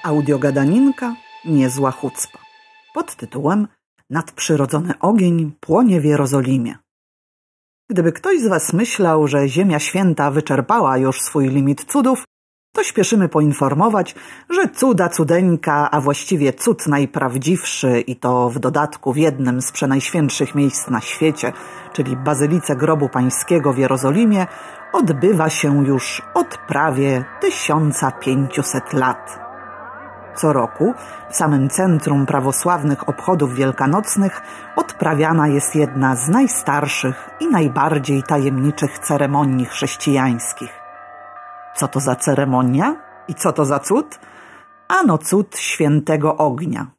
Audiogadaninka Niezła chucpa pod tytułem Nadprzyrodzony ogień płonie w Jerozolimie. Gdyby ktoś z Was myślał, że Ziemia Święta wyczerpała już swój limit cudów, to śpieszymy poinformować, że cuda cudeńka, a właściwie cud najprawdziwszy i to w dodatku w jednym z przenajświętszych miejsc na świecie, czyli Bazylice Grobu Pańskiego w Jerozolimie, odbywa się już od prawie 1500 lat. Co roku w samym centrum prawosławnych obchodów wielkanocnych odprawiana jest jedna z najstarszych i najbardziej tajemniczych ceremonii chrześcijańskich. Co to za ceremonia i co to za cud? Ano cud świętego ognia.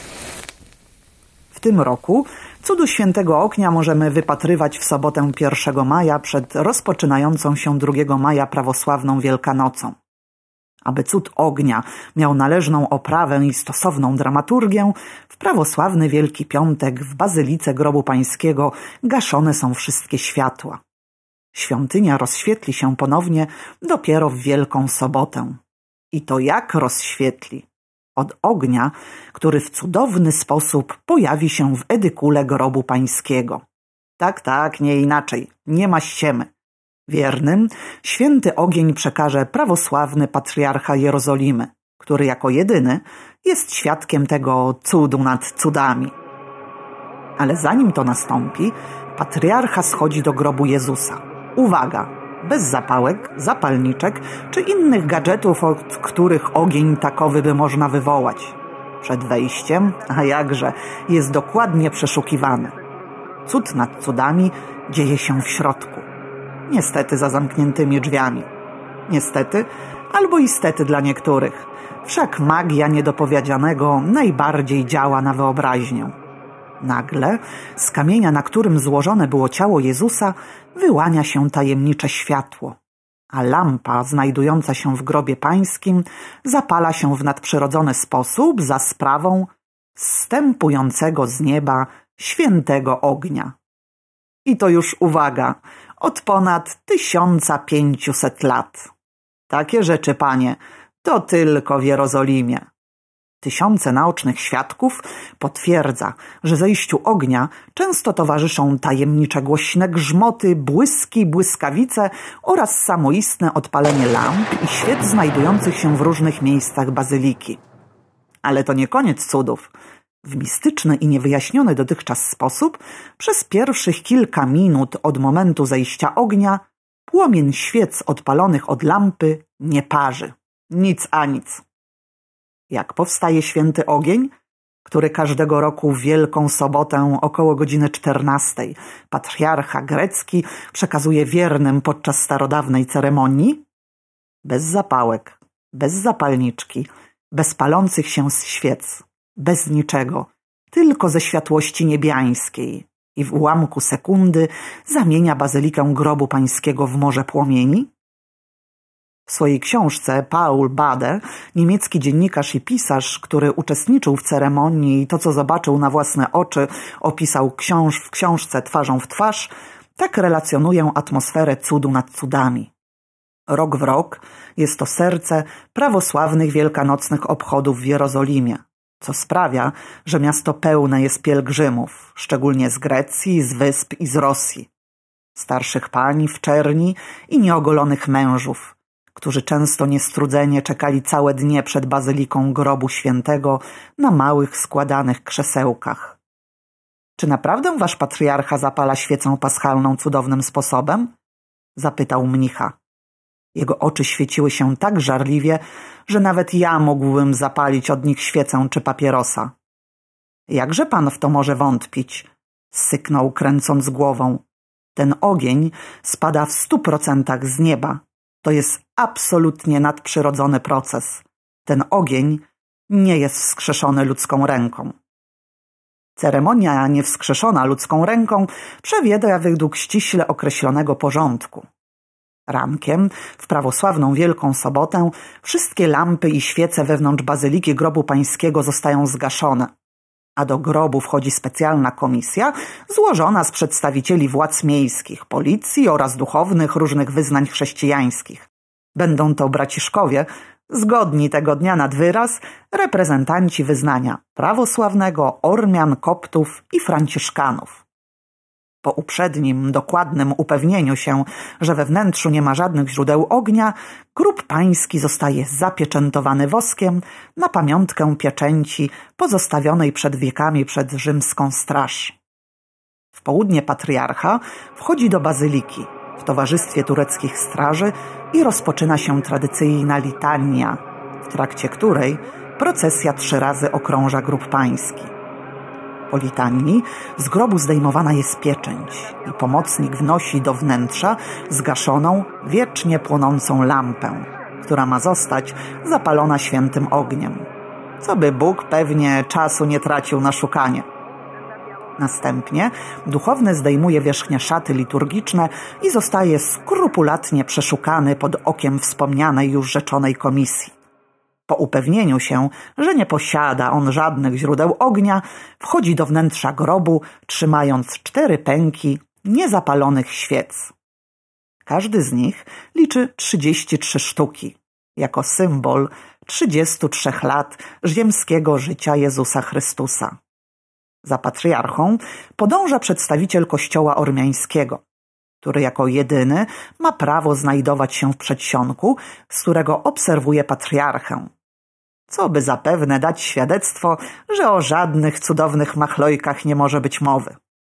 W tym roku cudu świętego ognia możemy wypatrywać w sobotę 1 maja przed rozpoczynającą się 2 maja prawosławną Wielkanocą. Aby cud ognia miał należną oprawę i stosowną dramaturgię, w prawosławny Wielki Piątek w Bazylice Grobu Pańskiego gaszone są wszystkie światła. Świątynia rozświetli się ponownie dopiero w Wielką Sobotę. I to jak rozświetli? Od ognia, który w cudowny sposób pojawi się w edykule Grobu Pańskiego. Tak, nie inaczej, nie ma ściemy. Wiernym święty ogień przekaże prawosławny patriarcha Jerozolimy, który jako jedyny jest świadkiem tego cudu nad cudami. Ale zanim to nastąpi, patriarcha schodzi do grobu Jezusa. Uwaga! Bez zapałek, zapalniczek czy innych gadżetów, od których ogień takowy by można wywołać. Przed wejściem, a jakże, jest dokładnie przeszukiwany. Cud nad cudami dzieje się w środku. Niestety za zamkniętymi drzwiami. Niestety, albo istety dla niektórych. Wszak magia niedopowiedzianego najbardziej działa na wyobraźnię. Nagle z kamienia, na którym złożone było ciało Jezusa, wyłania się tajemnicze światło, a lampa znajdująca się w grobie pańskim zapala się w nadprzyrodzony sposób za sprawą zstępującego z nieba świętego ognia. I to już uwaga, od ponad 1500 lat. Takie rzeczy, panie, to tylko w Jerozolimie. Tysiące naocznych świadków potwierdza, że zejściu ognia często towarzyszą tajemnicze głośne grzmoty, błyski, błyskawice oraz samoistne odpalenie lamp i świec znajdujących się w różnych miejscach bazyliki. Ale to nie koniec cudów. W mistyczny i niewyjaśniony dotychczas sposób przez pierwszych kilka minut od momentu zejścia ognia płomień świec odpalonych od lampy nie parzy. Nic a nic. Jak powstaje święty ogień, który każdego roku w Wielką Sobotę około godziny 14 patriarcha grecki przekazuje wiernym podczas starodawnej ceremonii? Bez zapałek, bez zapalniczki, bez palących się świec, bez niczego, tylko ze światłości niebiańskiej i w ułamku sekundy zamienia bazylikę Grobu Pańskiego w morze płomieni? W swojej książce Paul Bade, niemiecki dziennikarz i pisarz, który uczestniczył w ceremonii i to, co zobaczył na własne oczy, opisał w książce Twarzą w twarz, tak relacjonuje atmosferę cudu nad cudami. Rok w rok jest to serce prawosławnych wielkanocnych obchodów w Jerozolimie, co sprawia, że miasto pełne jest pielgrzymów, szczególnie z Grecji, z wysp i z Rosji. Starszych pań w czerni i nieogolonych mężów, którzy często niestrudzenie czekali całe dnie przed bazyliką Grobu Świętego na małych, składanych krzesełkach. Czy naprawdę wasz patriarcha zapala świecę paschalną cudownym sposobem? Zapytał mnicha. Jego oczy świeciły się tak żarliwie, że nawet ja mógłbym zapalić od nich świecę czy papierosa. Jakże pan w to może wątpić? Syknął, kręcąc głową. Ten ogień spada w 100% z nieba. To jest absolutnie nadprzyrodzony proces. Ten ogień nie jest wskrzeszony ludzką ręką. Ceremonia niewskrzeszona ludzką ręką przebiega według ściśle określonego porządku. Rankiem, w prawosławną Wielką Sobotę, wszystkie lampy i świece wewnątrz Bazyliki Grobu Pańskiego zostają zgaszone, a do grobu wchodzi specjalna komisja złożona z przedstawicieli władz miejskich, policji oraz duchownych różnych wyznań chrześcijańskich. Będą to braciszkowie, Zgodni tego dnia nad wyraz reprezentanci wyznania prawosławnego, Ormian, Koptów i Franciszkanów. Po uprzednim, dokładnym upewnieniu się, że we wnętrzu nie ma żadnych źródeł ognia, grób pański zostaje zapieczętowany woskiem na pamiątkę pieczęci pozostawionej przed wiekami przed rzymską straż. W południe patriarcha wchodzi do bazyliki w towarzystwie tureckich straży i rozpoczyna się tradycyjna litania, w trakcie której procesja 3 razy okrąża grób pański. Po litanii z grobu zdejmowana jest pieczęć i pomocnik wnosi do wnętrza zgaszoną, wiecznie płonącą lampę, która ma zostać zapalona świętym ogniem, co by Bóg pewnie czasu nie tracił na szukanie. Następnie duchowny zdejmuje wierzchnie szaty liturgiczne i zostaje skrupulatnie przeszukany pod okiem wspomnianej już rzeczonej komisji. Po upewnieniu się, że nie posiada on żadnych źródeł ognia, wchodzi do wnętrza grobu, trzymając 4 pęki niezapalonych świec. Każdy z nich liczy 33 sztuki, jako symbol 33 lat ziemskiego życia Jezusa Chrystusa. Za patriarchą podąża przedstawiciel kościoła ormiańskiego, który jako jedyny ma prawo znajdować się w przedsionku, z którego obserwuje patriarchę, co by zapewne dać świadectwo, że o żadnych cudownych machlojkach nie może być mowy.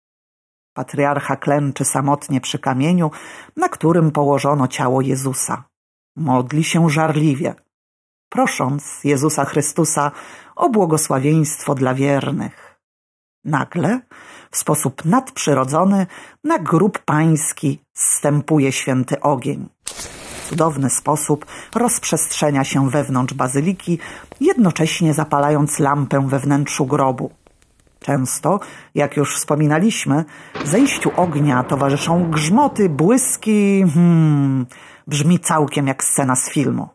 Patriarcha klęczy samotnie przy kamieniu, na którym położono ciało Jezusa. Modli się żarliwie, prosząc Jezusa Chrystusa o błogosławieństwo dla wiernych. Nagle, w sposób nadprzyrodzony, na grób pański zstępuje święty ogień. W cudowny sposób rozprzestrzenia się wewnątrz bazyliki, jednocześnie zapalając lampę we wnętrzu grobu. Często, jak już wspominaliśmy, zejściu ognia towarzyszą grzmoty, błyski... Brzmi całkiem jak scena z filmu.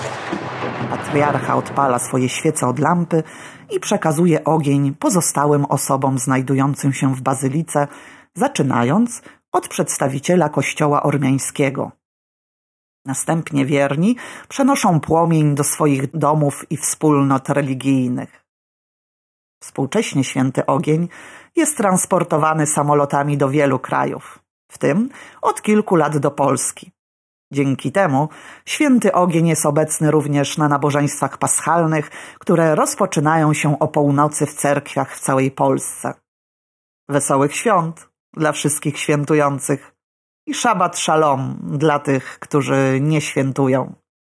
Patriarcha odpala swoje świece od lampy i przekazuje ogień pozostałym osobom znajdującym się w bazylice, zaczynając od przedstawiciela kościoła ormiańskiego. Następnie wierni przenoszą płomień do swoich domów i wspólnot religijnych. Współcześnie święty ogień jest transportowany samolotami do wielu krajów, w tym od kilku lat do Polski. Dzięki temu święty ogień jest obecny również na nabożeństwach paschalnych, które rozpoczynają się o północy w cerkwiach w całej Polsce. Wesołych świąt dla wszystkich świętujących i szabat szalom dla tych, którzy nie świętują.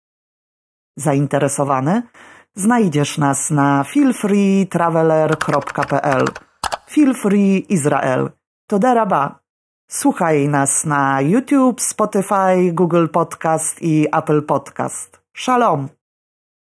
Zainteresowany? Znajdziesz nas na feelfreetraveler.pl. Feel Free Izrael. Toda rabba. Słuchaj nas na YouTube, Spotify, Google Podcast i Apple Podcast. Shalom!